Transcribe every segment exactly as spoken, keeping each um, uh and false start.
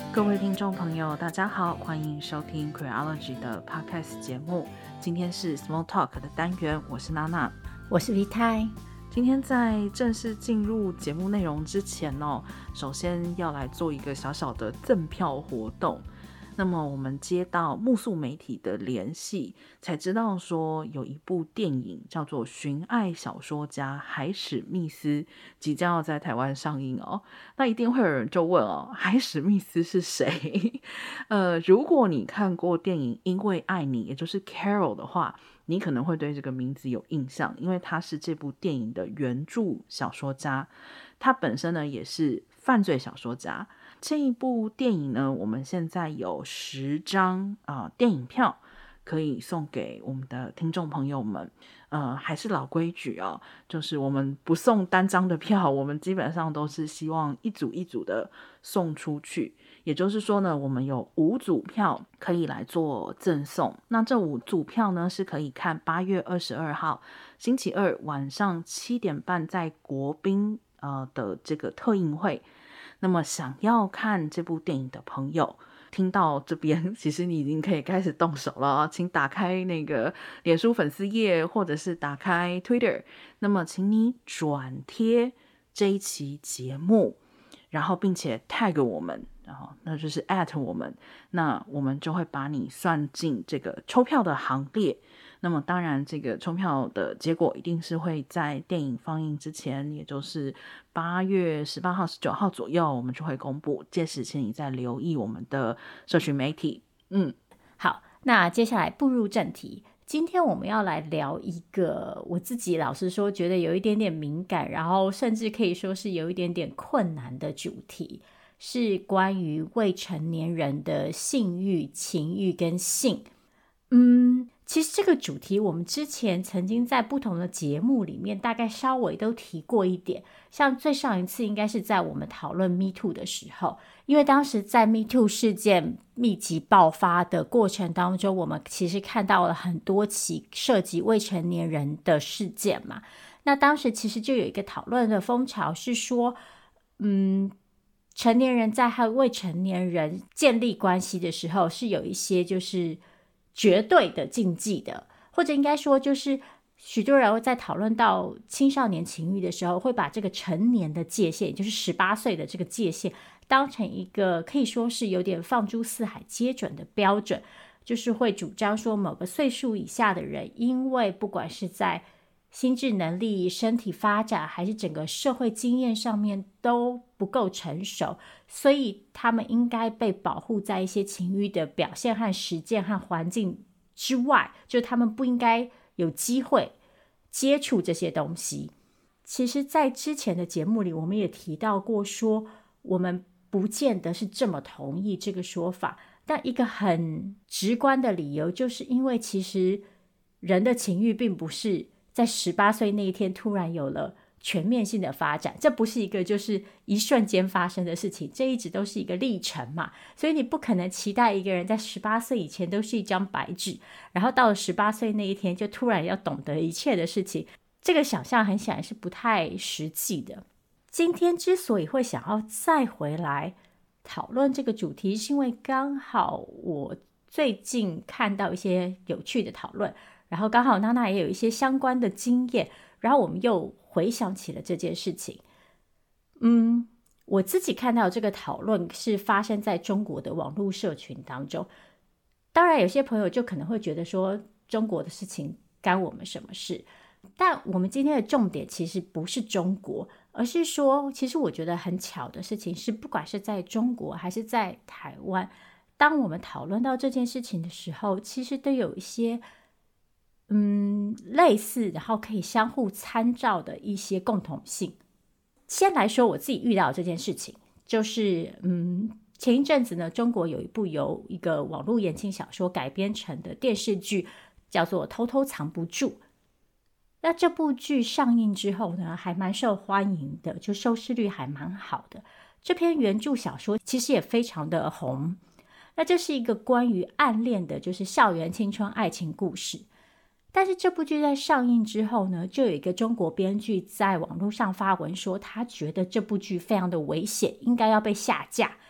各位听众朋友大家好，欢迎收听 Creology 的 Podcast 节目。今天是 Small Talk 的单元，我是娜娜， 我是 Vitai。 今天在正式进入节目内容之前哦，首先要来做一个小小的赠票活动。那么我们接到木宿媒体的联系，才知道说有一部电影叫做《寻爱小说家海史密斯》即将要在台湾上映哦。那一定会有人就问哦，海史密斯是谁？呃，如果你看过电影《因为爱你》，也就是 Carol 的话，你可能会对这个名字有印象，因为他是这部电影的原著小说家，他本身呢也是犯罪小说家。这一部电影呢，我们现在有十张啊、呃、电影票可以送给我们的听众朋友们。呃，还是老规矩哦，就是我们不送单张的票，我们基本上都是希望一组一组的送出去。也就是说呢，我们有五组票可以来做赠送。那这五组票呢，是可以看八月二十二号星期二晚上七点半在国宾呃的这个特映会。那么想要看这部电影的朋友，听到这边其实你已经可以开始动手了，请打开那个脸书粉丝页或者是打开 Twitter， 那么请你转贴这一期节目，然后并且 tag 我们，然后那就是 at 我们，那我们就会把你算进这个抽票的行列。那么当然这个抽票的结果一定是会在电影放映之前，也就是八月十八号十九号左右我们就会公布，届时请你再留意我们的社群媒体。嗯， 好，那接下来步入正题，今天我们要来聊一个我自己老实说觉得有一点点敏感，然后甚至可以说是有一点点困难的主题，是关于未成年人的性欲、情欲跟性。嗯，其实这个主题我们之前曾经在不同的节目里面大概稍微都提过一点，像最上一次应该是在我们讨论 Me Too 的时候，因为当时在 Me Too 事件密集爆发的过程当中，我们其实看到了很多起涉及未成年人的事件嘛。那当时其实就有一个讨论的风潮是说，嗯，成年人在和未成年人建立关系的时候是有一些就是绝对的禁忌的，或者应该说就是许多人在讨论到青少年情欲的时候，会把这个成年的界限，也就是十八岁的这个界限当成一个可以说是有点放诸四海皆准的标准，就是会主张说某个岁数以下的人，因为不管是在心智能力、身体发展还是整个社会经验上面都不够成熟，所以他们应该被保护在一些情欲的表现和实践和环境之外，就他们不应该有机会接触这些东西。其实在之前的节目里我们也提到过说，我们不见得是这么同意这个说法，但一个很直观的理由就是因为其实人的情欲并不是在十八岁那一天突然有了全面性的发展，这不是一个就是一瞬间发生的事情，这一直都是一个历程嘛。所以你不可能期待一个人在十八岁以前都是一张白纸，然后到了十八岁那一天就突然要懂得一切的事情，这个想象很显然是不太实际的。今天之所以会想要再回来讨论这个主题，是因为刚好我最近看到一些有趣的讨论，然后刚好娜娜也有一些相关的经验，然后我们又回想起了这件事情。嗯，我自己看到这个讨论是发生在中国的网络社群当中，当然有些朋友就可能会觉得说中国的事情干我们什么事，但我们今天的重点其实不是中国，而是说其实我觉得很巧的事情是，不管是在中国还是在台湾，当我们讨论到这件事情的时候，其实都有一些嗯类似然后可以相互参照的一些共同性。先来说我自己遇到的这件事情，就是嗯前一阵子呢，中国有一部由一个网络言情小说改编成的电视剧，叫做《偷偷藏不住》。那这部剧上映之后呢，还蛮受欢迎的，就收视率还蛮好的。这篇原著小说其实也非常的红。那这是一个关于暗恋的，就是校园青春爱情故事。但是这部剧在上映之后呢，就有一个中国编剧在网络上发文说，他觉得这部剧非常的危险，应该要被下架。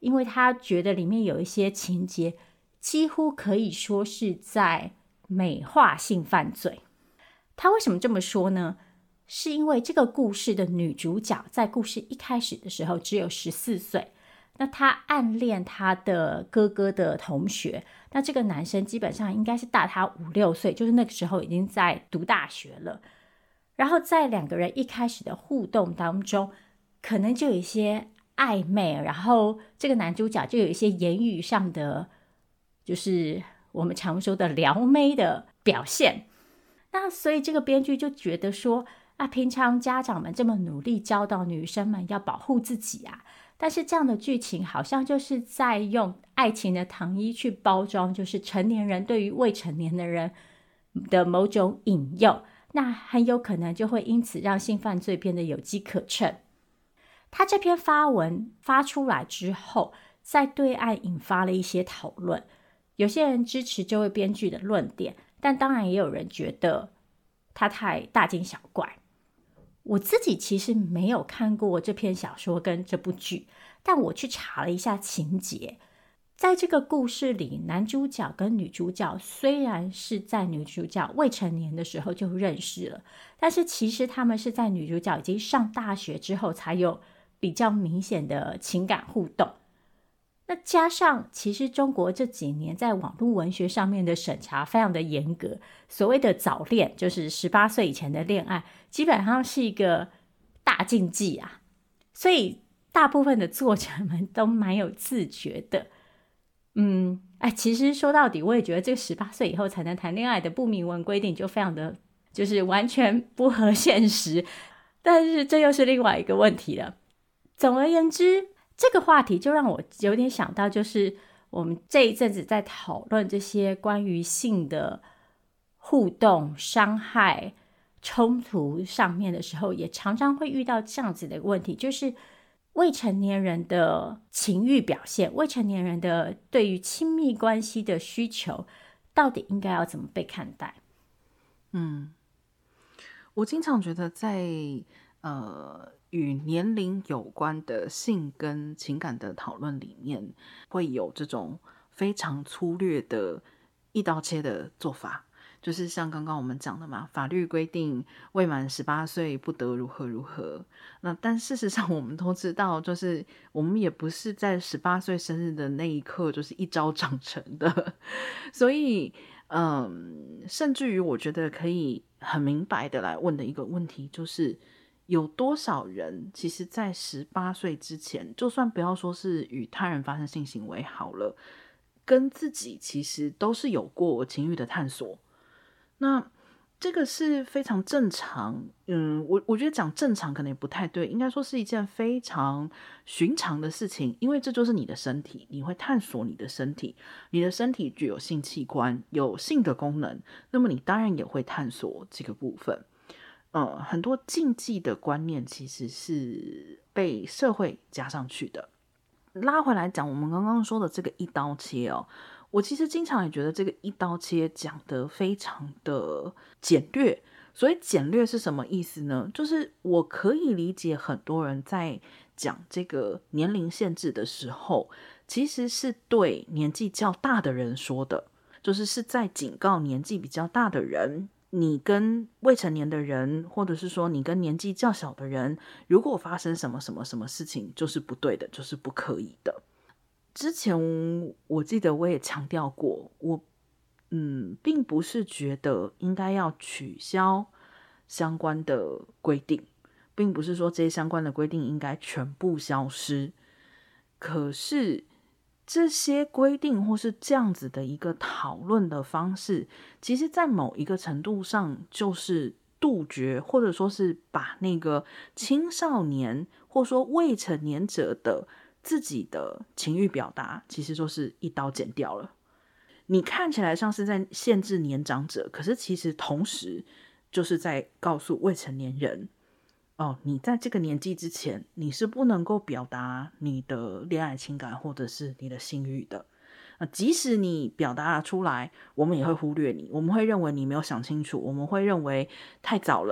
因为他觉得里面有一些情节几乎可以说是在美化性犯罪。他为什么这么说呢？是因为这个故事的女主角在故事一开始的时候只有十四岁，那她暗恋她的哥哥的同学，那这个男生基本上应该是大她五六岁，就是那个时候已经在读大学了。然后在两个人一开始的互动当中，可能就有一些暧昧，然后这个男主角就有一些言语上的，就是我们常说的撩妹的表现。那所以这个编剧就觉得说啊，平常家长们这么努力教导女生们要保护自己啊，但是这样的剧情好像就是在用爱情的糖衣去包装，就是成年人对于未成年的人的某种引诱，那很有可能就会因此让性犯罪变得有机可乘。他这篇发文发出来之后，在对岸引发了一些讨论，有些人支持这位编剧的论点，但当然也有人觉得他太大惊小怪。我自己其实没有看过这篇小说跟这部剧，但我去查了一下情节。在这个故事里，男主角跟女主角虽然是在女主角未成年的时候就认识了，但是其实他们是在女主角已经上大学之后才有比较明显的情感互动。那加上其实中国这几年在网络文学上面的审查非常的严格，所谓的早恋就是十八岁以前的恋爱基本上是一个大禁忌啊，所以大部分的作者们都蛮有自觉的。嗯，哎，其实说到底我也觉得这个十八岁以后才能谈恋爱的不明文规定就非常的就是完全不合现实，但是这又是另外一个问题了。总而言之，这个话题就让我有点想到，就是我们这一阵子在讨论这些关于性的互动、伤害、冲突上面的时候，也常常会遇到这样子的问题，就是未成年人的情欲表现，未成年人的对于亲密关系的需求，到底应该要怎么被看待？ 嗯，我经常觉得在呃与年龄有关的性跟情感的讨论里面，会有这种非常粗略的一刀切的做法。就是像刚刚我们讲的嘛，法律规定未满十八岁不得如何如何。那但事实上我们都知道，就是我们也不是在十八岁生日的那一刻就是一朝长成的，所以嗯，甚至于我觉得可以很明白的来问的一个问题，就是有多少人其实在十八岁之前，就算不要说是与他人发生性行为好了，跟自己其实都是有过情欲的探索。那这个是非常正常，嗯，我我觉得讲正常可能也不太对，应该说是一件非常寻常的事情，因为这就是你的身体，你会探索你的身体，你的身体具有性器官，有性的功能，那么你当然也会探索这个部分。呃，很多禁忌的观念其实是被社会加上去的。拉回来讲，我们刚刚说的这个一刀切哦。我其实经常也觉得这个一刀切讲得非常的简略。所以简略是什么意思呢？就是我可以理解很多人在讲这个年龄限制的时候，其实是对年纪较大的人说的，就是是在警告年纪比较大的人，你跟未成年的人，或者是说你跟年纪较小的人，如果发生什么什么什么事情，就是不对的，就是不可以的。之前我记得我也强调过，我嗯，并不是觉得应该要取消相关的规定，并不是说这些相关的规定应该全部消失。可是这些规定或是这样子的一个讨论的方式，其实在某一个程度上就是杜绝，或者说是把那个青少年或说未成年者的自己的情欲表达，其实就是一刀剪掉了。你看起来像是在限制年长者，可是其实同时就是在告诉未成年人，哦，你在这个年纪之前，你是不能够表达你的恋爱情感或者是你的性欲的。即使你表达出来，我们也会忽略你，我们会认为你没有想清楚，我们会认为太早了，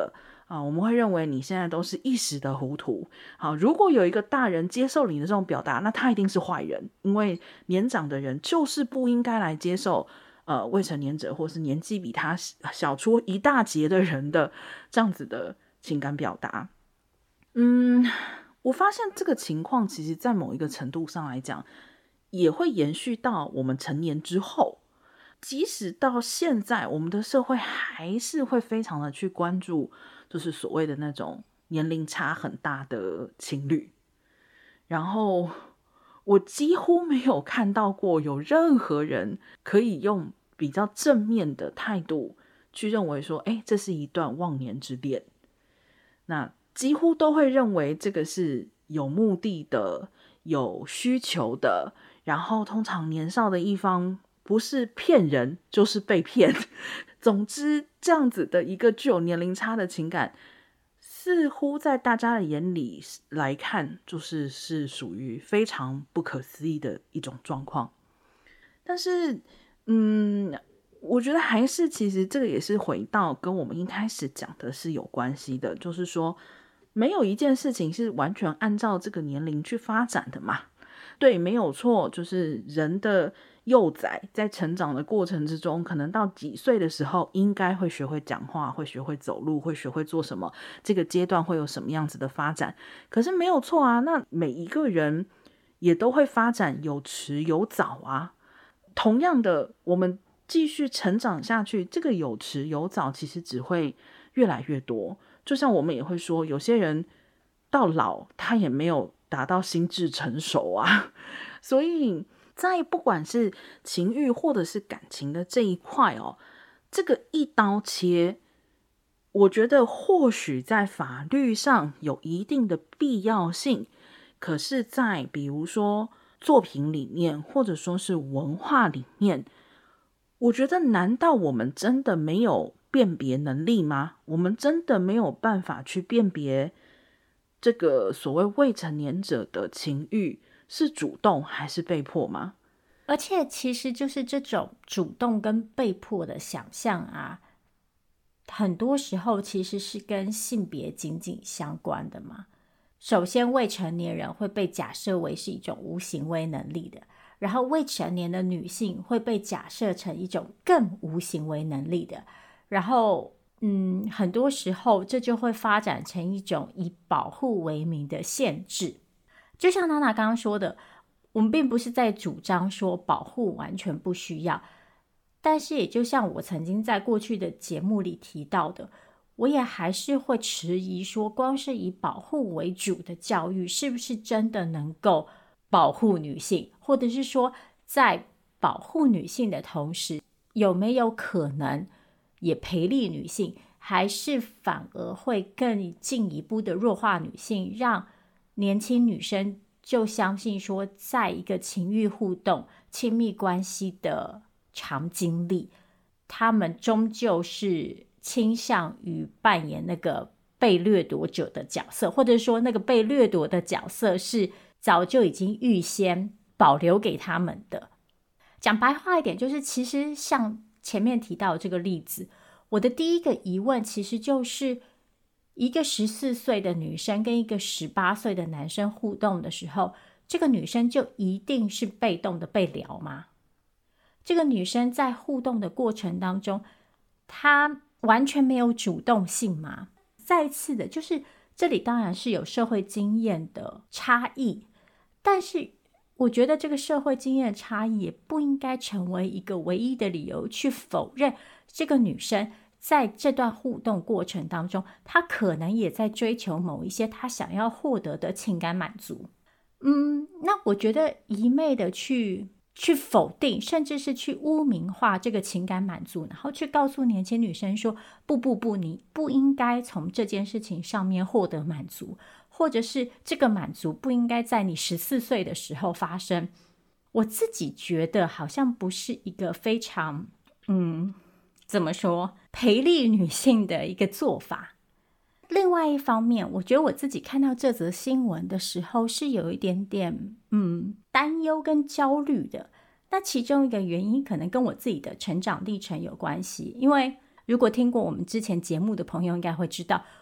啊，我们会认为你现在都是一时的糊涂。好，如果有一个大人接受你的这种表达，那他一定是坏人，因为年长的人就是不应该来接受呃未成年者或是年纪比他小出一大截的人的这样子的情感表达。嗯，我发现这个情况其实在某一个程度上来讲，也会延续到我们成年之后。即使到现在，我们的社会还是会非常的去关注，就是所谓的那种年龄差很大的情侣。然后我几乎没有看到过有任何人可以用比较正面的态度去认为说，哎，这是一段忘年之恋。那几乎都会认为这个是有目的的、有需求的，然后通常年少的一方不是骗人就是被骗。总之这样子的一个具有年龄差的情感，似乎在大家的眼里来看，就是是属于非常不可思议的一种状况。但是嗯，我觉得还是其实这个也是回到跟我们一开始讲的是有关系的，就是说没有一件事情是完全按照这个年龄去发展的嘛。对，没有错，就是人的幼崽在成长的过程之中，可能到几岁的时候应该会学会讲话，会学会走路，会学会做什么，这个阶段会有什么样子的发展。可是没有错啊，那每一个人也都会发展有迟有早啊。同样的，我们继续成长下去，这个有迟有早其实只会越来越多。就像我们也会说，有些人到老他也没有达到心智成熟啊。所以在不管是情欲或者是感情的这一块哦，这个一刀切，我觉得或许在法律上有一定的必要性，可是在比如说作品里面或者说是文化里面，我觉得难道我们真的没有辨别能力吗？我们真的没有办法去辨别这个所谓未成年者的情欲是主动还是被迫吗？ 而且其实就是这种主动跟被迫的想象啊，很多时候其实是跟性别紧紧相关的嘛。首先，未成年人会被假设为是一种无行为能力的，然后未成年的女性会被假设成一种更无行为能力的，然后嗯，很多时候这就会发展成一种以保护为名的限制。就像娜娜刚刚说的，我们并不是在主张说保护完全不需要，但是也就像我曾经在过去的节目里提到的，我也还是会迟疑说，光是以保护为主的教育是不是真的能够保护女性，或者是说在保护女性的同时，有没有可能也培力女性，还是反而会更进一步的弱化女性，让年轻女生就相信说，在一个情欲互动、亲密关系的长经历，他们终究是倾向于扮演那个被掠夺者的角色，或者说那个被掠夺的角色是早就已经预先保留给他们的。讲白话一点，就是其实像前面提到的这个例子，我的第一个疑问其实就是一个十四岁的女生跟一个十八岁的男生互动的时候，这个女生就一定是被动的被撩吗？这个女生在互动的过程当中，她完全没有主动性吗？再次的，就是这里当然是有社会经验的差异，但是我觉得这个社会经验的差异也不应该成为一个唯一的理由去否认这个女生在这段互动过程当中，她可能也在追求某一些她想要获得的情感满足。嗯，那我觉得一昧的去去否定，甚至是去污名化这个情感满足，然后去告诉年轻女生说，不不不，你不应该从这件事情上面获得满足，或者是这个满足不应该在你十四岁的时候发生。我自己觉得好像不是一个非常嗯怎么说培力女性的一个做法。另外一方面，我觉得我自己看到这则新闻的时候是有一点点嗯担忧跟焦虑的。那其中一个原因可能跟我自己的成长历程有关系，因为如果听过我们之前节目的朋友应该会知道，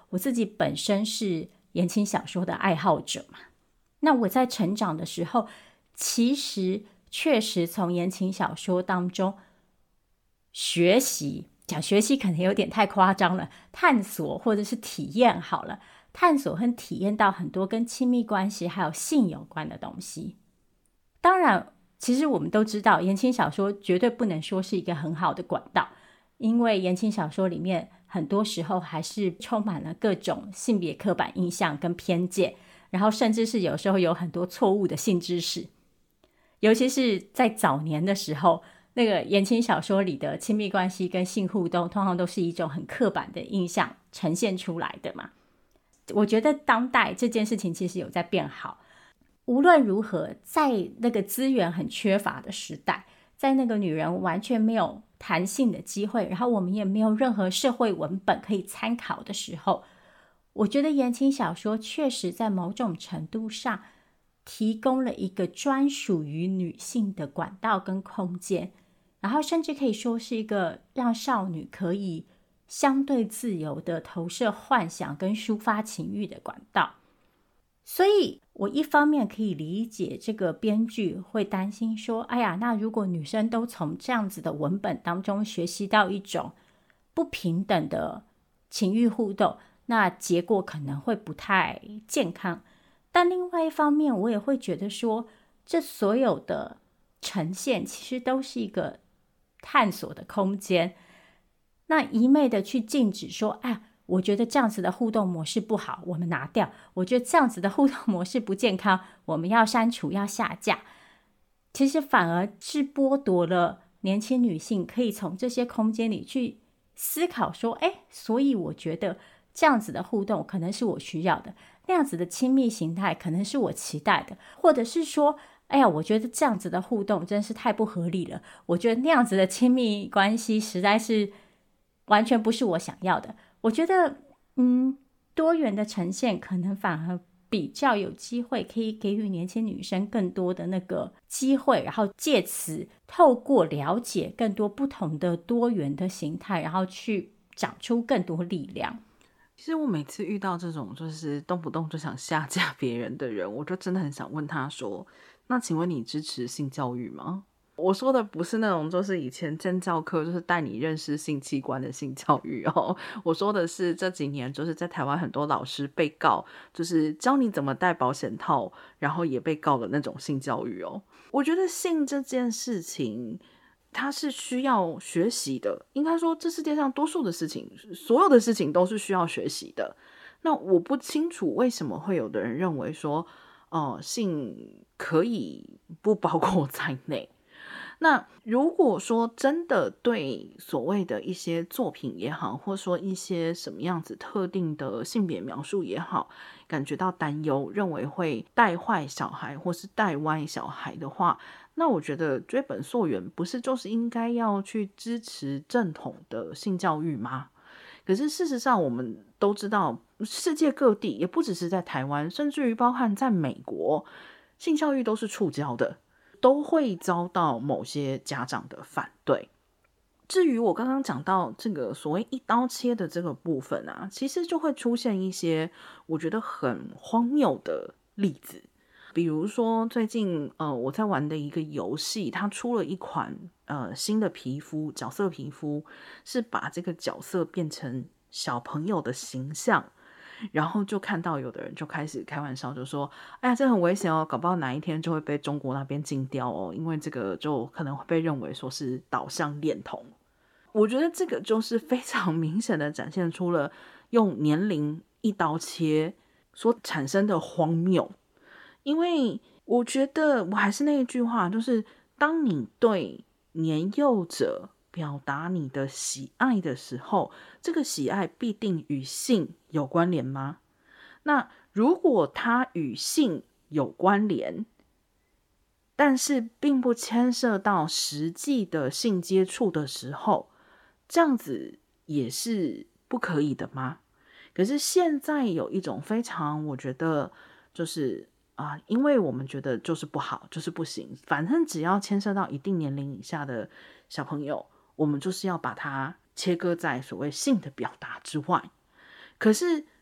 我自己本身是言情小说的爱好者嘛，那我在成长的时候，其实确实从言情小说当中学习，讲学习可能有点太夸张了，探索或者是体验好了，探索和体验到很多跟亲密关系还有性有关的东西。当然其实我们都知道言情小说绝对不能说是一个很好的管道，因为言情小说里面很多时候还是充满了各种性别刻板印象跟偏见，然后甚至是有时候有很多错误的性知识，尤其是在早年的时候，那个言情小说里的亲密关系跟性互动通常都是一种很刻板的印象呈现出来的嘛。我觉得当代这件事情其实有在变好，无论如何，在那个资源很缺乏的时代，在那个女人完全没有弹性的机会，然后我们也没有任何社会文本可以参考的时候，我觉得言情小说确实在某种程度上提供了一个专属于女性的管道跟空间，然后甚至可以说是一个让少女可以相对自由的投射幻想跟抒发情欲的管道。所以我一方面可以理解这个编剧会担心说，哎呀，那如果女生都从这样子的文本当中学习到一种不平等的情欲互动，那结果可能会不太健康。但另外一方面我也会觉得说，这所有的呈现其实都是一个探索的空间，那一昧的去禁止说，哎，我觉得这样子的互动模式不好，我们拿掉，我觉得这样子的互动模式不健康，我们要删除要下架，其实反而是剥夺了年轻女性可以从这些空间里去思考说，哎，所以我觉得这样子的互动可能是我需要的，那样子的亲密形态可能是我期待的，或者是说，哎呀，我觉得这样子的互动真是太不合理了，我觉得那样子的亲密关系实在是完全不是我想要的。我觉得嗯，多元的呈现可能反而比较有机会可以给予年轻女生更多的那个机会，然后借此透过了解更多不同的多元的形态，然后去长出更多力量。 其实我每次遇到这种就是动不动就想下架别人的人，我就真的很想问他说，那请问你支持性教育吗？我说的不是那种就是以前政教课就是带你认识性器官的性教育哦，我说的是这几年就是在台湾很多老师被告，就是教你怎么戴保险套，然后也被告的那种性教育哦。我觉得性这件事情它是需要学习的，应该说这世界上多数的事情，所有的事情都是需要学习的。那我不清楚为什么会有的人认为说呃，性可以不包括在内。那如果说真的对所谓的一些作品也好，或者说一些什么样子特定的性别描述也好，感觉到担忧，认为会带坏小孩或是带歪小孩的话，那我觉得追本溯源不是就是应该要去支持正统的性教育吗？可是事实上我们都知道，世界各地也不只是在台湾，甚至于包含在美国，性教育都是触礁的，都会遭到某些家长的反对。至于我刚刚讲到这个所谓一刀切的这个部分啊，其实就会出现一些我觉得很荒谬的例子。比如说最近呃我在玩的一个游戏，它出了一款呃新的皮肤角色皮肤，是把这个角色变成小朋友的形象，然后就看到有的人就开始开玩笑，就说哎呀这很危险哦，搞不好哪一天就会被中国那边禁掉哦，因为这个就可能会被认为说是导向恋童。我觉得这个就是非常明显的展现出了用年龄一刀切所产生的荒谬。因为我觉得我还是那一句话，就是当你对年幼者表达你的喜爱的时候，这个喜爱必定与性有关联吗？那如果它与性有关联，但是并不牵涉到实际的性接触的时候，这样子也是不可以的吗？可是现在有一种非常我觉得就是啊，因为我们觉得就是不好，就是不行，反正只要牵涉到一定年龄以下的小朋友，我们就是要把它切割在所谓性的表达之外。可是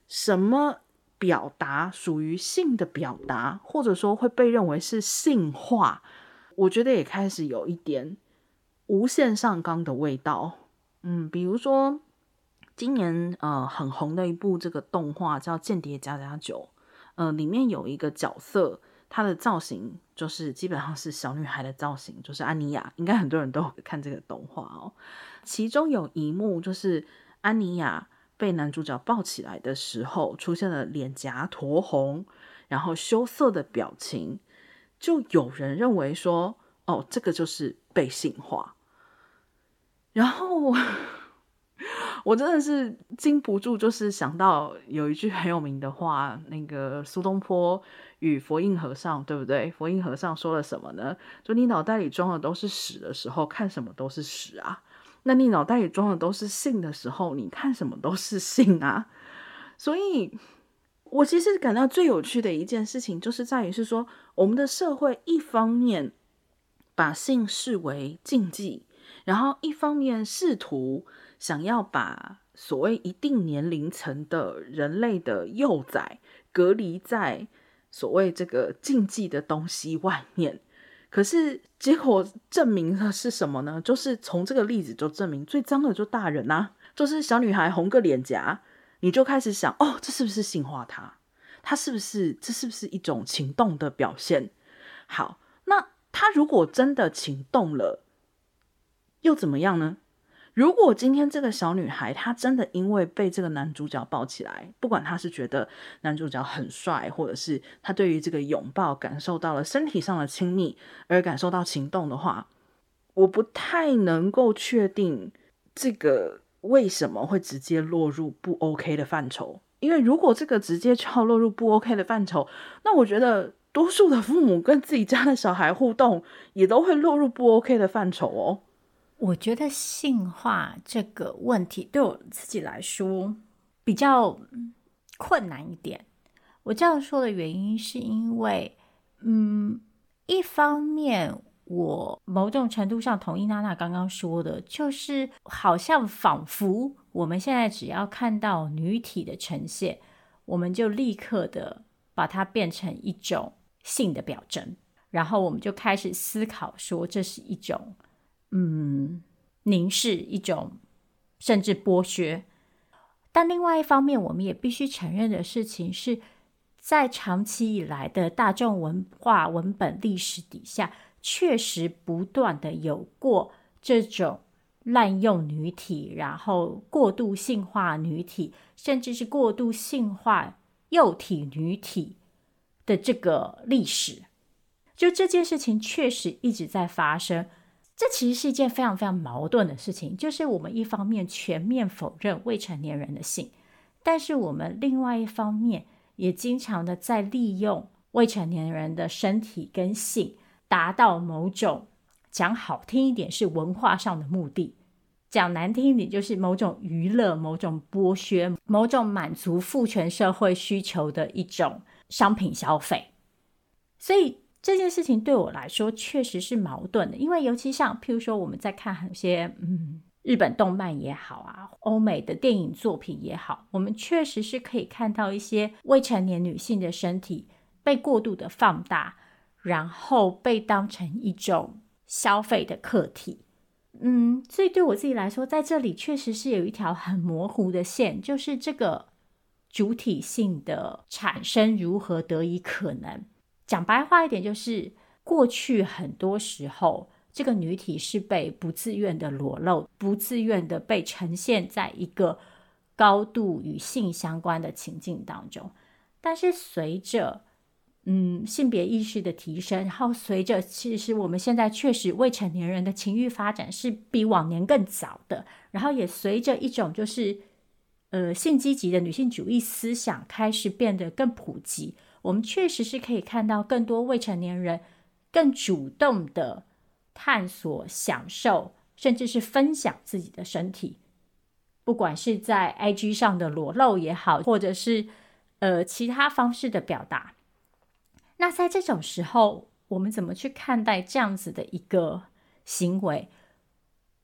什么表达属于性的表达，或者说会被认为是性化，我觉得也开始有一点无限上纲的味道。嗯，比如说今年呃很红的一部这个动画叫《间谍加加九》，呃，里面有一个角色，她的造型就是基本上是小女孩的造型，就是安妮亚，应该很多人都有看这个动画哦。其中有一幕就是安妮亚被男主角抱起来的时候，出现了脸颊酡红，然后羞涩的表情，就有人认为说，哦，这个就是被性化。然后我真的是禁不住，就是想到有一句很有名的话，那个苏东坡与佛印和尚，对不对？佛印和尚说了什么呢？就你脑袋里装的都是屎的时候，看什么都是屎啊。那你脑袋里装的都是性的时候，你看什么都是性啊。所以我其实感到最有趣的一件事情，就是在于是说，我们的社会一方面把性视为禁忌，然后一方面试图想要把所谓一定年龄层的人类的幼崽隔离在所谓这个禁忌的东西外面。可是结果证明的是什么呢？就是从这个例子就证明最脏的就大人啊，就是小女孩红个脸颊，你就开始想，哦，这是不是性化她？她是不是这是不是一种情动的表现？好，那她如果真的情动了，又怎么样呢？如果今天这个小女孩她真的因为被这个男主角抱起来，不管她是觉得男主角很帅，或者是她对于这个拥抱感受到了身体上的亲密而感受到情动的话，我不太能够确定这个为什么会直接落入不 OK 的范畴。因为如果这个直接就要落入不 OK 的范畴，那我觉得多数的父母跟自己家的小孩互动也都会落入不 OK 的范畴哦。 我觉得性化这个问题对我自己来说比较困难一点。我这样说的原因是因为，嗯，一方面我某种程度上同意娜娜刚刚说的，就是好像仿佛我们现在只要看到女体的呈现，我们就立刻的把它变成一种性的表征，然后我们就开始思考说这是一种嗯，凝视，一种甚至剥削。但另外一方面，我们也必须承认的事情是，在长期以来的大众文化文本历史底下，确实不断的有过这种滥用女体，然后过度性化女体，甚至是过度性化幼体女体的这个历史。就这件事情确实一直在发生。这其实是一件非常非常矛盾的事情，就是我们一方面全面否认未成年人的性，但是我们另外一方面也经常的在利用未成年人的身体跟性，达到某种，讲好听一点是文化上的目的，讲难听一点就是某种娱乐、某种剥削、某种满足父权社会需求的一种商品消费。所以这件事情对我来说确实是矛盾的，因为尤其像譬如说我们在看很些嗯日本动漫也好啊，欧美的电影作品也好，我们确实是可以看到一些未成年女性的身体被过度的放大，然后被当成一种消费的课题。嗯，所以对我自己来说，在这里确实是有一条很模糊的线，就是这个主体性的产生如何得以可能。讲白话一点，就是过去很多时候这个女体是被不自愿的裸露，不自愿的被呈现在一个高度与性相关的情境当中。但是随着嗯性别意识的提升，然后随着其实我们现在确实未成年人的情欲发展是比往年更早的，然后也随着一种就是呃性积极的女性主义思想开始变得更普及，我们确实是可以看到更多未成年人更主动的探索、享受，甚至是分享自己的身体，不管是在 I G 上的裸露也好，或者是呃其他方式的表达。那在这种时候，我们怎么去看待这样子的一个行为？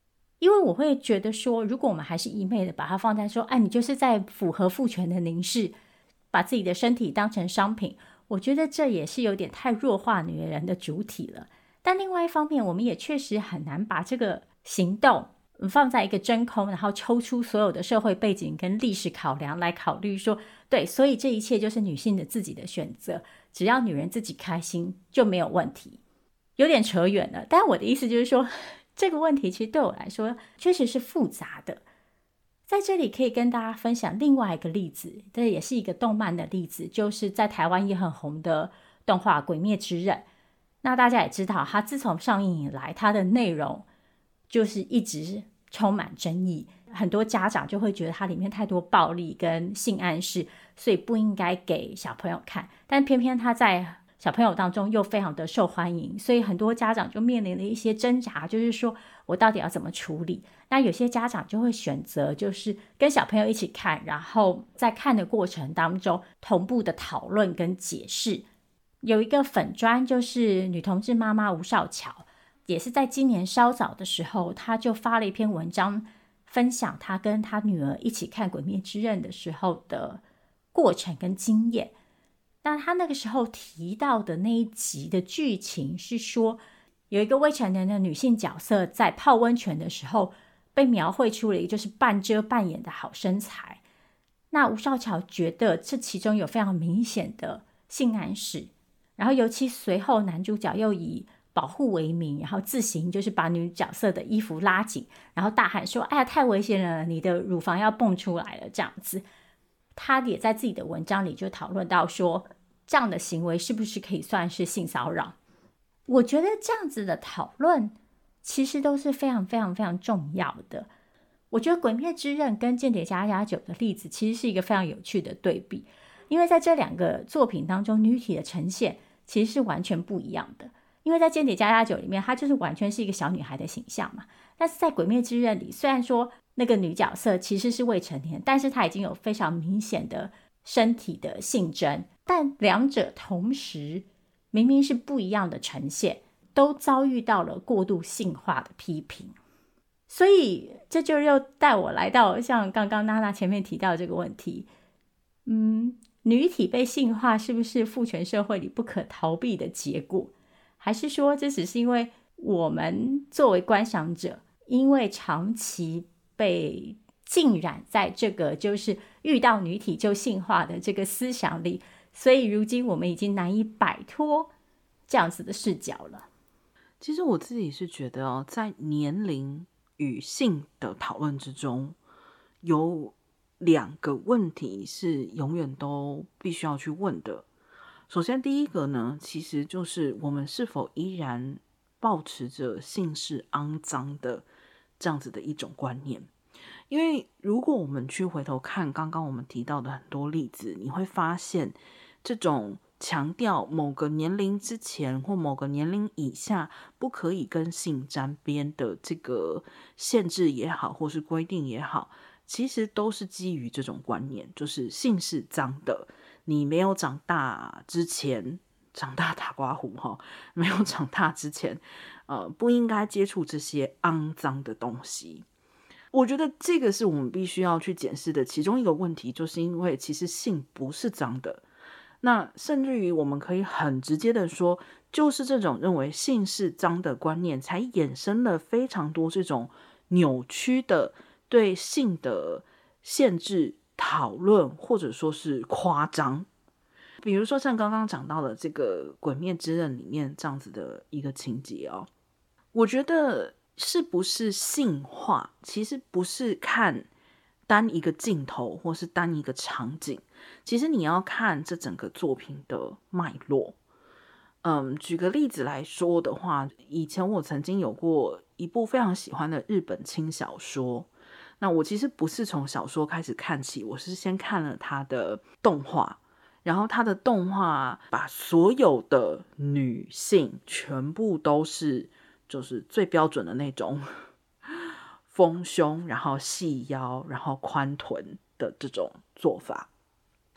因为我会觉得说，如果我们还是一昧的把它放在说，哎，你就是在符合父权的凝视，把自己的身体当成商品，我觉得这也是有点太弱化女人的主体了。但另外一方面，我们也确实很难把这个行动放在一个真空，然后抽出所有的社会背景跟历史考量来考虑说，对，所以这一切就是女性的自己的选择，只要女人自己开心就没有问题。有点扯远了，但我的意思就是说，这个问题其实对我来说确实是复杂的。在这里可以跟大家分享另外一个例子，这也是一个动漫的例子，就是在台湾也很红的动画《鬼灭之刃》。那大家也知道，它自从上映以来，它的内容就是一直充满争议，很多家长就会觉得它里面太多暴力跟性暗示，所以不应该给小朋友看。但偏偏它在小朋友当中又非常的受欢迎，所以很多家长就面临了一些挣扎，就是说我到底要怎么处理。那有些家长就会选择就是跟小朋友一起看，然后在看的过程当中同步的讨论跟解释。有一个粉专就是女同志妈妈吴少乔，也是在今年稍早的时候，她就发了一篇文章，分享她跟她女儿一起看《鬼灭之刃》的时候的过程跟经验。那他那个时候提到的那一集的剧情是说，有一个未成年的女性角色在泡温泉的时候被描绘出了一个就是半遮半掩的好身材。那吴少乔觉得这其中有非常明显的性暗示，然后尤其随后男主角又以保护为名，然后自行就是把女角色的衣服拉紧，然后大喊说，哎呀太危险了，你的乳房要蹦出来了，这样子。他也在自己的文章里就讨论到说，这样的行为是不是可以算是性骚扰。我觉得这样子的讨论其实都是非常非常非常重要的。我觉得《鬼灭之刃》跟《间谍加加九》的例子其实是一个非常有趣的对比，因为在这两个作品当中，女体的呈现其实是完全不一样的。因为在《间谍加加九》里面，她就是完全是一个小女孩的形象嘛，但是在《鬼灭之刃》里，虽然说那个女角色其实是未成年，但是她已经有非常明显的身体的性征，但两者同时明明是不一样的呈现，都遭遇到了过度性化的批评。所以这就又带我来到像刚刚娜娜前面提到的这个问题，嗯，女体被性化是不是父权社会里不可逃避的结果？还是说这只是因为我们作为观赏者，因为长期被浸染在这个就是遇到女体就性化的这个思想里，所以如今我们已经难以摆脱这样子的视角了。 其实我自己是觉得哦，在年龄与性的讨论之中，有两个问题是永远都必须要去问的。首先第一个呢，其实就是我们是否依然抱持着性是肮脏的这样子的一种观念。因为如果我们去回头看刚刚我们提到的很多例子，你会发现这种强调某个年龄之前或某个年龄以下不可以跟性沾边的这个限制也好，或是规定也好，其实都是基于这种观念，就是性是脏的，你没有长大之前，长大打刮胡哈，没有长大之前，呃，不应该接触这些肮脏的东西。我觉得这个是我们必须要去检视的其中一个问题，就是因为其实性不是脏的。那甚至于我们可以很直接的说，就是这种认为性是脏的观念，才衍生了非常多这种扭曲的对性的限制讨论，或者说是夸张。比如说像刚刚讲到的这个《鬼灭之刃》里面这样子的一个情节哦，我觉得是不是性化，其实不是看单一个镜头或是单一个场景，其实你要看这整个作品的脉络。嗯，举个例子来说的话，以前我曾经有过一部非常喜欢的日本轻小说，那我其实不是从小说开始看起，我是先看了它的动画，然后它的动画把所有的女性全部都是就是最标准的那种丰胸，然后细腰，然后宽臀的这种做法。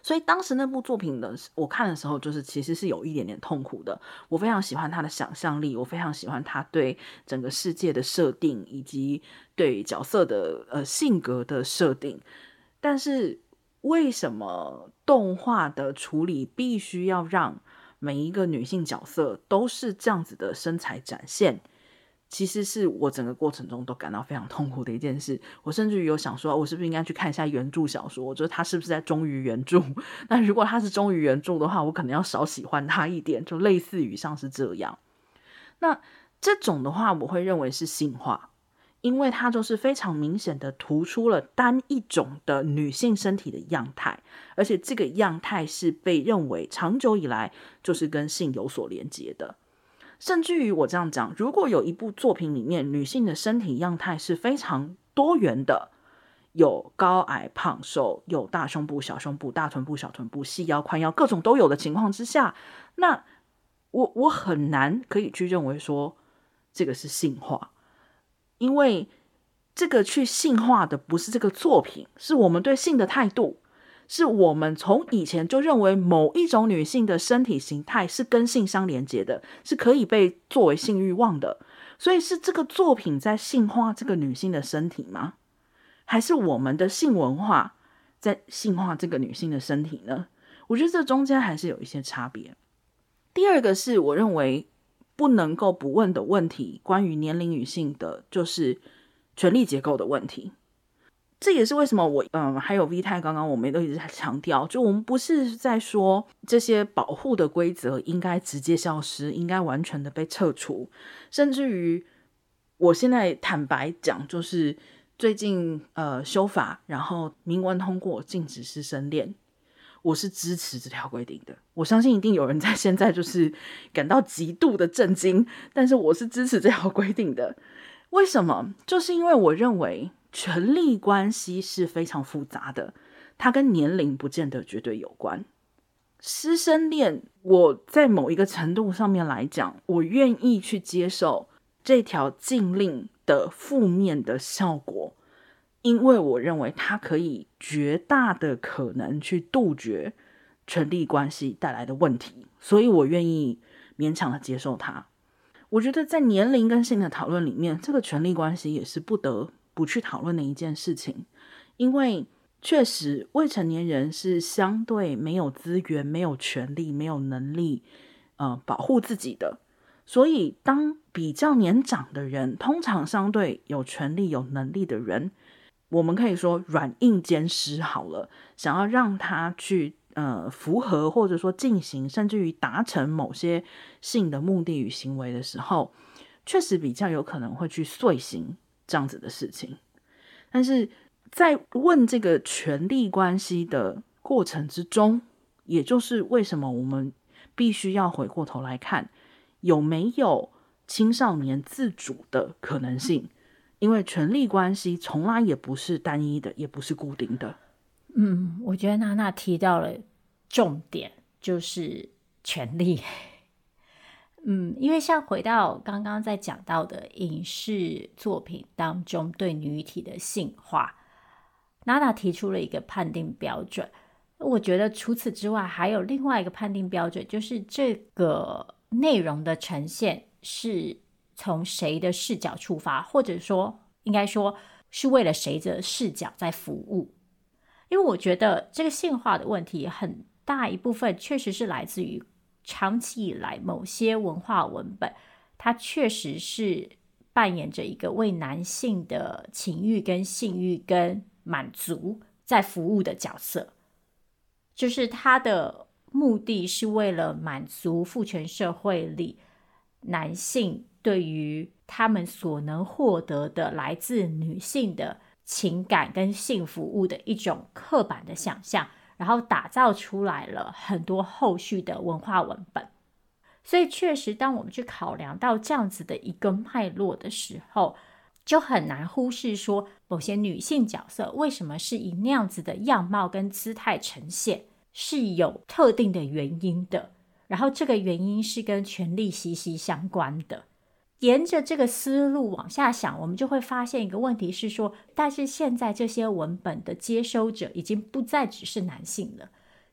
所以当时那部作品的我看的时候，就是其实是有一点点痛苦的。我非常喜欢他的想象力，我非常喜欢他对整个世界的设定，以及对角色的呃性格的设定。但是为什么动画的处理必须要让每一个女性角色都是这样子的身材展现？其实是我整个过程中都感到非常痛苦的一件事。我甚至于有想说，我是不是应该去看一下原著小说，就是他是不是在忠于原著。那如果他是忠于原著的话，我可能要少喜欢他一点，就类似于像是这样。那这种的话我会认为是性化，因为它就是非常明显的突出了单一种的女性身体的样态，而且这个样态是被认为长久以来就是跟性有所连结的。甚至于我这样讲，如果有一部作品里面女性的身体样态是非常多元的，有高矮胖瘦，有大胸部小胸部，大臀部小臀部，细腰宽腰，各种都有的情况之下，那我我很难可以去认为说这个是性化，因为这个去性化的不是这个作品，是我们对性的态度，是我们从以前就认为某一种女性的身体形态是跟性相连接的，是可以被作为性欲望的。所以是这个作品在性化这个女性的身体吗？还是我们的性文化在性化这个女性的身体呢？我觉得这中间还是有一些差别。第二个是我认为不能够不问的问题，关于年龄女性的就是权力结构的问题。这也是为什么我嗯，还有 V 太刚刚我们都一直在强调，就我们不是在说这些保护的规则应该直接消失，应该完全的被撤除，甚至于我现在坦白讲，就是最近呃修法，然后明文通过禁止师生恋，我是支持这条规定的。我相信一定有人在现在就是感到极度的震惊，但是我是支持这条规定的。为什么？就是因为我认为权力关系是非常复杂的，它跟年龄不见得绝对有关。师生恋，我在某一个程度上面来讲，我愿意去接受这条禁令的负面的效果，因为我认为它可以绝大的可能去杜绝权力关系带来的问题，所以我愿意勉强的接受它。我觉得在年龄跟性的讨论里面，这个权力关系也是不得不去讨论的一件事情，因为确实未成年人是相对没有资源、没有权利、没有能力呃保护自己的，所以当比较年长的人，通常相对有权利、有能力的人，我们可以说软硬兼施好了，想要让他去呃符合或者说进行甚至于达成某些性的目的与行为的时候，确实比较有可能会去遂行这样子的事情。但是在问这个权力关系的过程之中，也就是为什么我们必须要回过头来看有没有青少年自主的可能性，因为权力关系从来也不是单一的，也不是固定的。 嗯，我觉得娜娜提到了重点，就是权力。嗯，因为像回到刚刚在讲到的影视作品当中对女体的性化，娜娜提出了一个判定标准。我觉得除此之外还有另外一个判定标准，就是这个内容的呈现是从谁的视角出发，或者说应该说是为了谁的视角在服务。因为我觉得这个性化的问题很大一部分确实是来自于长期以来某些文化文本，它确实是扮演着一个为男性的情欲跟性欲跟满足在服务的角色，就是它的目的是为了满足父权社会里男性对于他们所能获得的来自女性的情感跟性服务的一种刻板的想象，然后打造出来了很多后续的文化文本。所以确实当我们去考量到这样子的一个脉络的时候，就很难忽视说某些女性角色为什么是以那样子的样貌跟姿态呈现，是有特定的原因的，然后这个原因是跟权力息息相关的。沿着这个思路往下想，我们就会发现一个问题是说，但是现在这些文本的接收者已经不再只是男性了，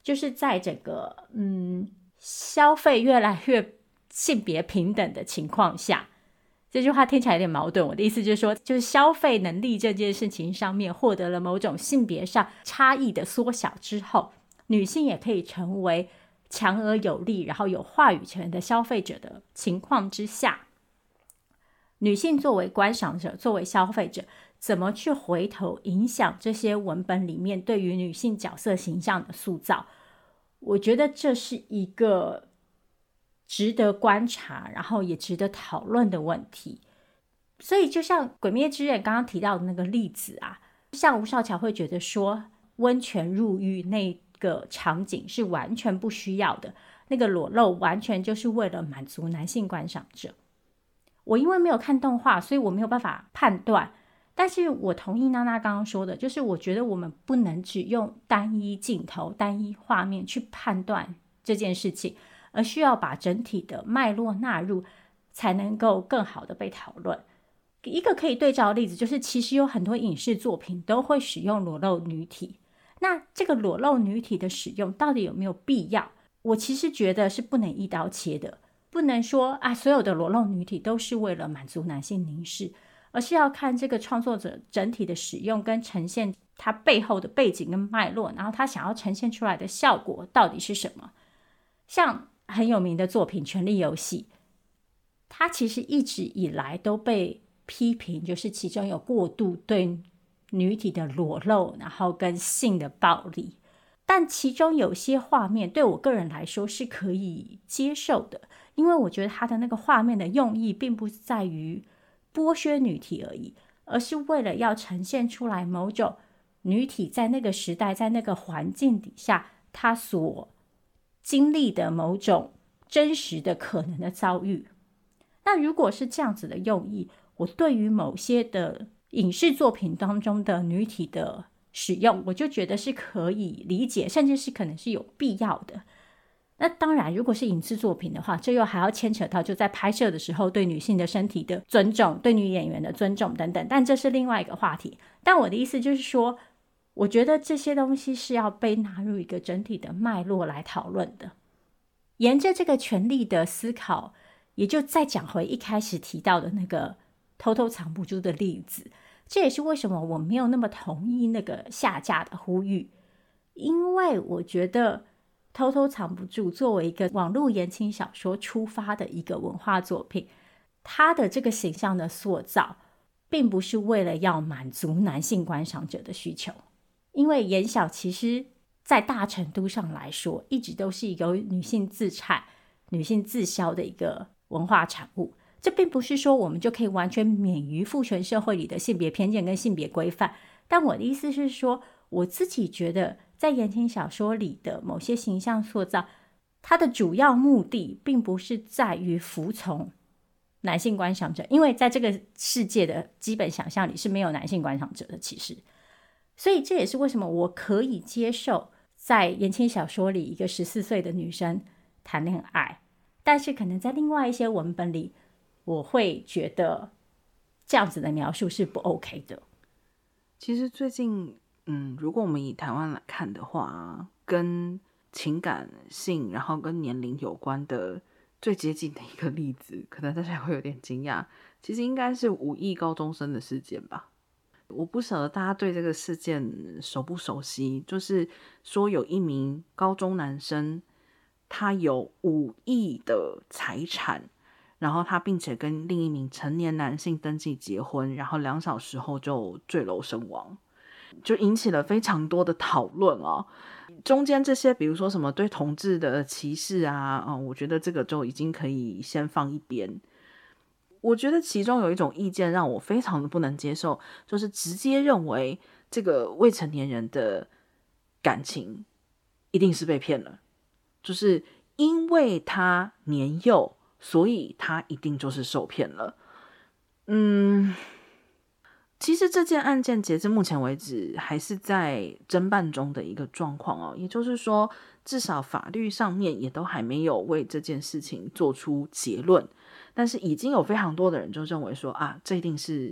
就是在整个嗯消费越来越性别平等的情况下，这句话听起来有点矛盾，我的意思就是说，就是消费能力这件事情上面获得了某种性别上差异的缩小之后，女性也可以成为强而有力然后有话语权的消费者的情况之下，女性作为观赏者，作为消费者，怎么去回头影响这些文本里面对于女性角色形象的塑造，我觉得这是一个值得观察然后也值得讨论的问题。所以就像《鬼灭之刃》刚刚提到的那个例子啊，像吴少桥会觉得说温泉入浴那个场景是完全不需要的，那个裸露完全就是为了满足男性观赏者。我因为没有看动画，所以我没有办法判断，但是我同意娜娜刚刚说的，就是我觉得我们不能只用单一镜头单一画面去判断这件事情，而需要把整体的脉络纳入，才能够更好的被讨论。一个可以对照的例子就是，其实有很多影视作品都会使用裸露女体，那这个裸露女体的使用到底有没有必要？我其实觉得是不能一刀切的，不能说啊，所有的裸露女体都是为了满足男性凝视，而是要看这个创作者整体的使用跟呈现它背后的背景跟脉络，然后他想要呈现出来的效果到底是什么。像很有名的作品《权力游戏》，它其实一直以来都被批评，就是其中有过度对女体的裸露，然后跟性的暴力，但其中有些画面对我个人来说是可以接受的，因为我觉得它的那个画面的用意并不在于剥削女体而已，而是为了要呈现出来某种女体在那个时代在那个环境底下她所经历的某种真实的可能的遭遇。那如果是这样子的用意，我对于某些的影视作品当中的女体的使用，我就觉得是可以理解，甚至是可能是有必要的。那当然如果是影视作品的话，这又还要牵扯到就在拍摄的时候对女性的身体的尊重，对女演员的尊重等等，但这是另外一个话题。但我的意思就是说，我觉得这些东西是要被纳入一个整体的脉络来讨论的。沿着这个权力的思考，也就再讲回一开始提到的那个偷偷藏不住的例子，这也是为什么我没有那么同意那个下架的呼吁，因为我觉得偷偷藏不住作为一个网络言情小说出发的一个文化作品，它的这个形象的塑造并不是为了要满足男性观赏者的需求，因为言小其实在大程度上来说一直都是由女性自产女性自销的一个文化产物，这并不是说我们就可以完全免于父权社会里的性别偏见跟性别规范，但我的意思是说，我自己觉得在言情小说里的某些形象塑造，它的主要目的并不是在于服从男性观赏者，因为在这个世界的基本想象里是没有男性观赏者的，其实所以这也是为什么我可以接受在言情小说里一个十四岁的女生谈恋爱，但是可能在另外一些文本里我会觉得这样子的描述是不 OK 的。 其实最近嗯，如果我们以台湾来看的话，跟情感性然后跟年龄有关的最接近的一个例子，可能大家会有点惊讶，其实应该是五亿高中生的事件吧。我不晓得大家对这个事件熟不熟悉，就是说有一名高中男生，他有五亿的财产，然后他并且跟另一名成年男性登记结婚，然后两小时后就坠楼身亡，就引起了非常多的讨论哦。中间这些比如说什么对同志的歧视啊、嗯、我觉得这个就已经可以先放一边。我觉得其中有一种意见让我非常的不能接受，就是直接认为这个未成年人的感情一定是被骗了，就是因为他年幼，所以他一定就是受骗了。嗯，其实这件案件截至目前为止还是在侦办中的一个状况哦，也就是说至少法律上面也都还没有为这件事情做出结论，但是已经有非常多的人就认为说啊，这一定是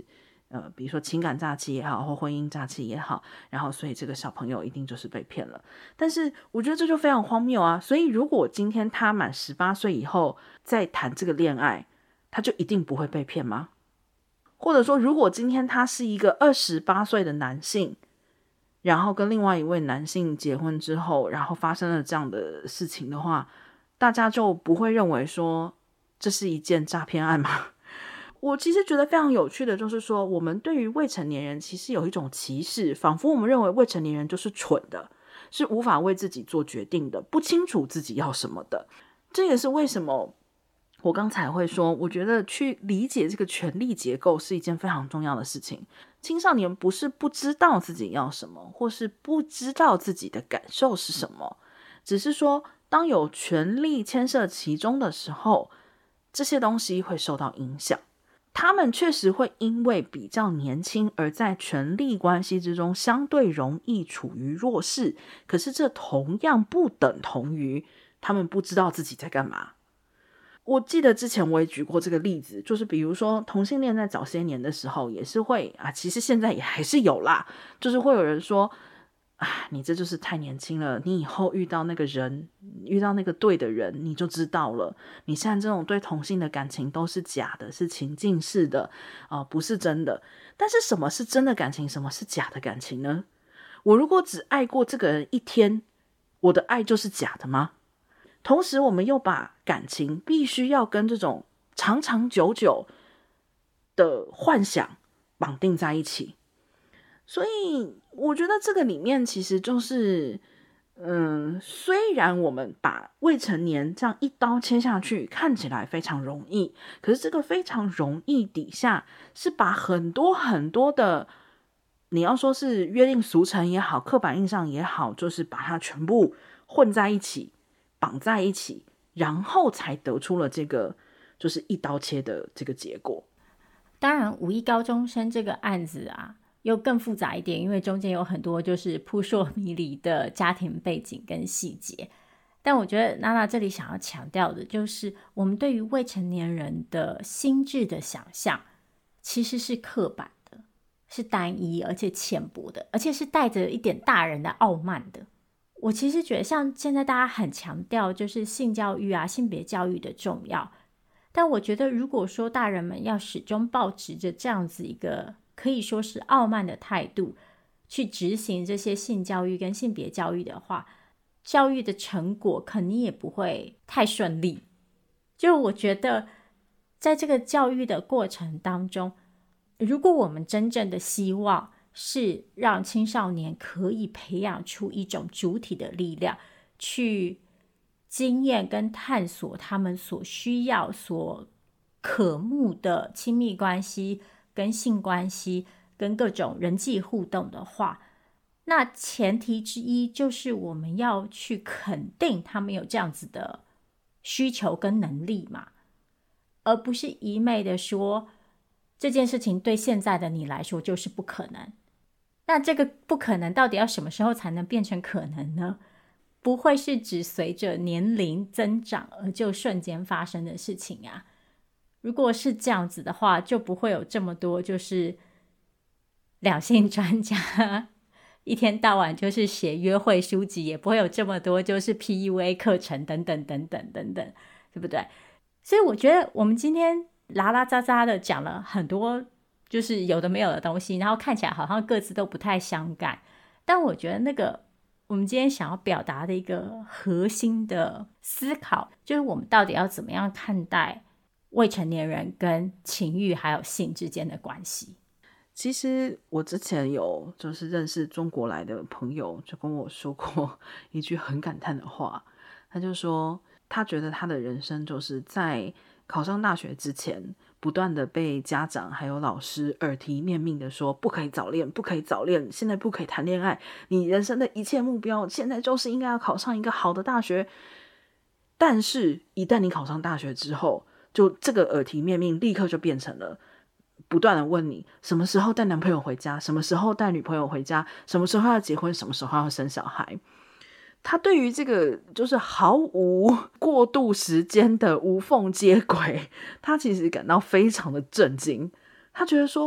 呃，比如说情感诈欺也好，或婚姻诈欺也好，然后所以这个小朋友一定就是被骗了。但是我觉得这就非常荒谬啊！所以如果今天他满十八岁以后再谈这个恋爱，他就一定不会被骗吗？或者说，如果今天他是一个二十八岁的男性，然后跟另外一位男性结婚之后，然后发生了这样的事情的话，大家就不会认为说这是一件诈骗案吗？我其实觉得非常有趣的就是说，我们对于未成年人其实有一种歧视，仿佛我们认为未成年人就是蠢的，是无法为自己做决定的，不清楚自己要什么的。这也是为什么我刚才会说，我觉得去理解这个权力结构是一件非常重要的事情。青少年不是不知道自己要什么，或是不知道自己的感受是什么，只是说当有权力牵涉其中的时候，这些东西会受到影响。他们确实会因为比较年轻而在权力关系之中相对容易处于弱势，可是这同样不等同于他们不知道自己在干嘛。我记得之前我也举过这个例子，就是比如说同性恋在早些年的时候也是会啊，其实现在也还是有啦，就是会有人说啊，你这就是太年轻了，你以后遇到那个人，遇到那个对的人你就知道了，你现在这种对同性的感情都是假的，是情境式的、呃、不是真的。但是什么是真的感情，什么是假的感情呢？我如果只爱过这个人一天，我的爱就是假的吗？同时我们又把感情必须要跟这种长长久久的幻想绑定在一起，所以我觉得这个里面其实就是嗯，虽然我们把未成年这样一刀切下去看起来非常容易，可是这个非常容易底下是把很多很多的，你要说是约定俗成也好，刻板印象也好，就是把它全部混在一起，绑在一起，然后才得出了这个就是一刀切的这个结果。 当然五一高中生这个案子啊又更复杂一点，因为中间有很多就是扑朔迷离的家庭背景跟细节。但我觉得娜娜这里想要强调的就是我们对于未成年人的心智的想象其实是刻板的，是单一而且浅薄的，而且是带着一点大人的傲慢的。我其实觉得像现在大家很强调就是性教育啊、性别教育的重要，但我觉得如果说大人们要始终抱持着这样子一个可以说是傲慢的态度去执行这些性教育跟性别教育的话，教育的成果肯定也不会太顺利。就我觉得在这个教育的过程当中，如果我们真正的希望是让青少年可以培养出一种主体的力量，去经验跟探索他们所需要、所渴慕的亲密关系、跟性关系、跟各种人际互动的话，那前提之一就是我们要去肯定他们有这样子的需求跟能力嘛，而不是一昧的说这件事情对现在的你来说就是不可能。那这个不可能到底要什么时候才能变成可能呢？不会是只随着年龄增长而就瞬间发生的事情啊。如果是这样子的话，就不会有这么多就是两性专家一天到晚就是写约会书籍，也不会有这么多就是 P U A 课程等等等等等等，对不对？所以我觉得我们今天拉拉杂杂的讲了很多就是有的没有的东西，然后看起来好像各自都不太相干，但我觉得那个我们今天想要表达的一个核心的思考，就是我们到底要怎么样看待未成年人跟情欲还有性之间的关系。 其实我之前有就是认识中国来的朋友就跟我说过一句很感叹的话，他就说他觉得他的人生就是在考上大学之前不断的被家长还有老师耳提面命的说不可以早恋，不可以早恋，现在不可以谈恋爱，你人生的一切目标现在就是应该要考上一个好的大学。但是一旦你考上大学之后，就这个耳提面命立刻就变成了不断的问你什么时候带男朋友回家，什么时候带女朋友回家，什么时候要结婚，什么时候要生小孩。他对于这个就是毫无过渡时间的无缝接轨，他其实感到非常的震惊。他觉得说，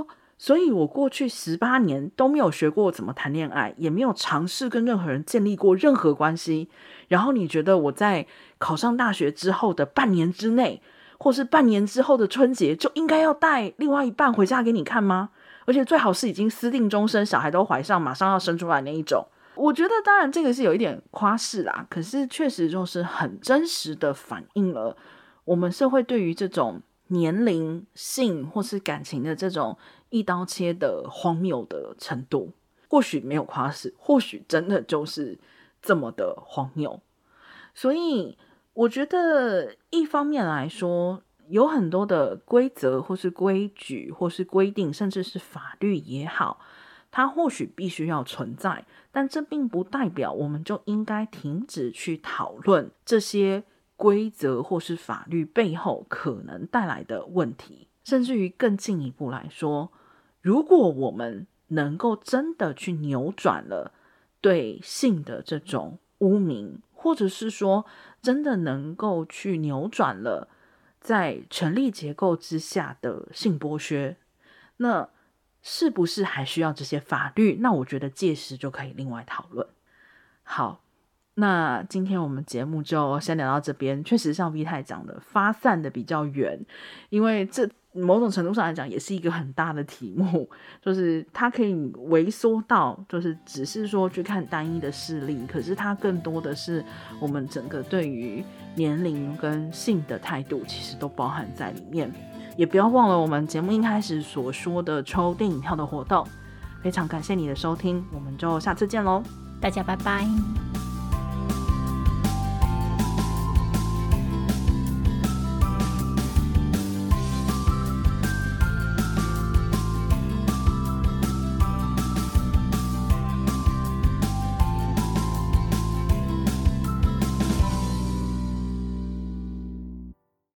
所以我过去十八年都没有学过怎么谈恋爱，也没有尝试跟任何人建立过任何关系。然后你觉得我在考上大学之后的半年之内，或是半年之后的春节就应该要带另外一半回家给你看吗？而且最好是已经私定终身，小孩都怀上，马上要生出来那一种。我觉得当然这个是有一点夸饰啦，可是确实就是很真实的反映了我们社会对于这种年龄、性或是感情的这种一刀切的荒谬的程度。或许没有夸饰，或许真的就是这么的荒谬。所以我觉得一方面来说，有很多的规则或是规矩或是规定，甚至是法律也好，它或许必须要存在，但这并不代表我们就应该停止去讨论这些规则或是法律背后可能带来的问题。甚至于更进一步来说，如果我们能够真的去扭转了对性的这种污名，或者是说真的能够去扭转了在权力结构之下的性剥削，那是不是还需要这些法律？那我觉得届时就可以另外讨论。好，那今天我们节目就先聊到这边。确实像 V 太讲的，发散的比较远，因为这某种程度上来讲也是一个很大的题目，就是它可以微缩到就是只是说去看单一的事例，可是它更多的是我们整个对于年龄跟性的态度其实都包含在里面。也不要忘了我们节目一开始所说的抽电影票的活动。非常感谢你的收听，我们就下次见咯， 大家拜拜。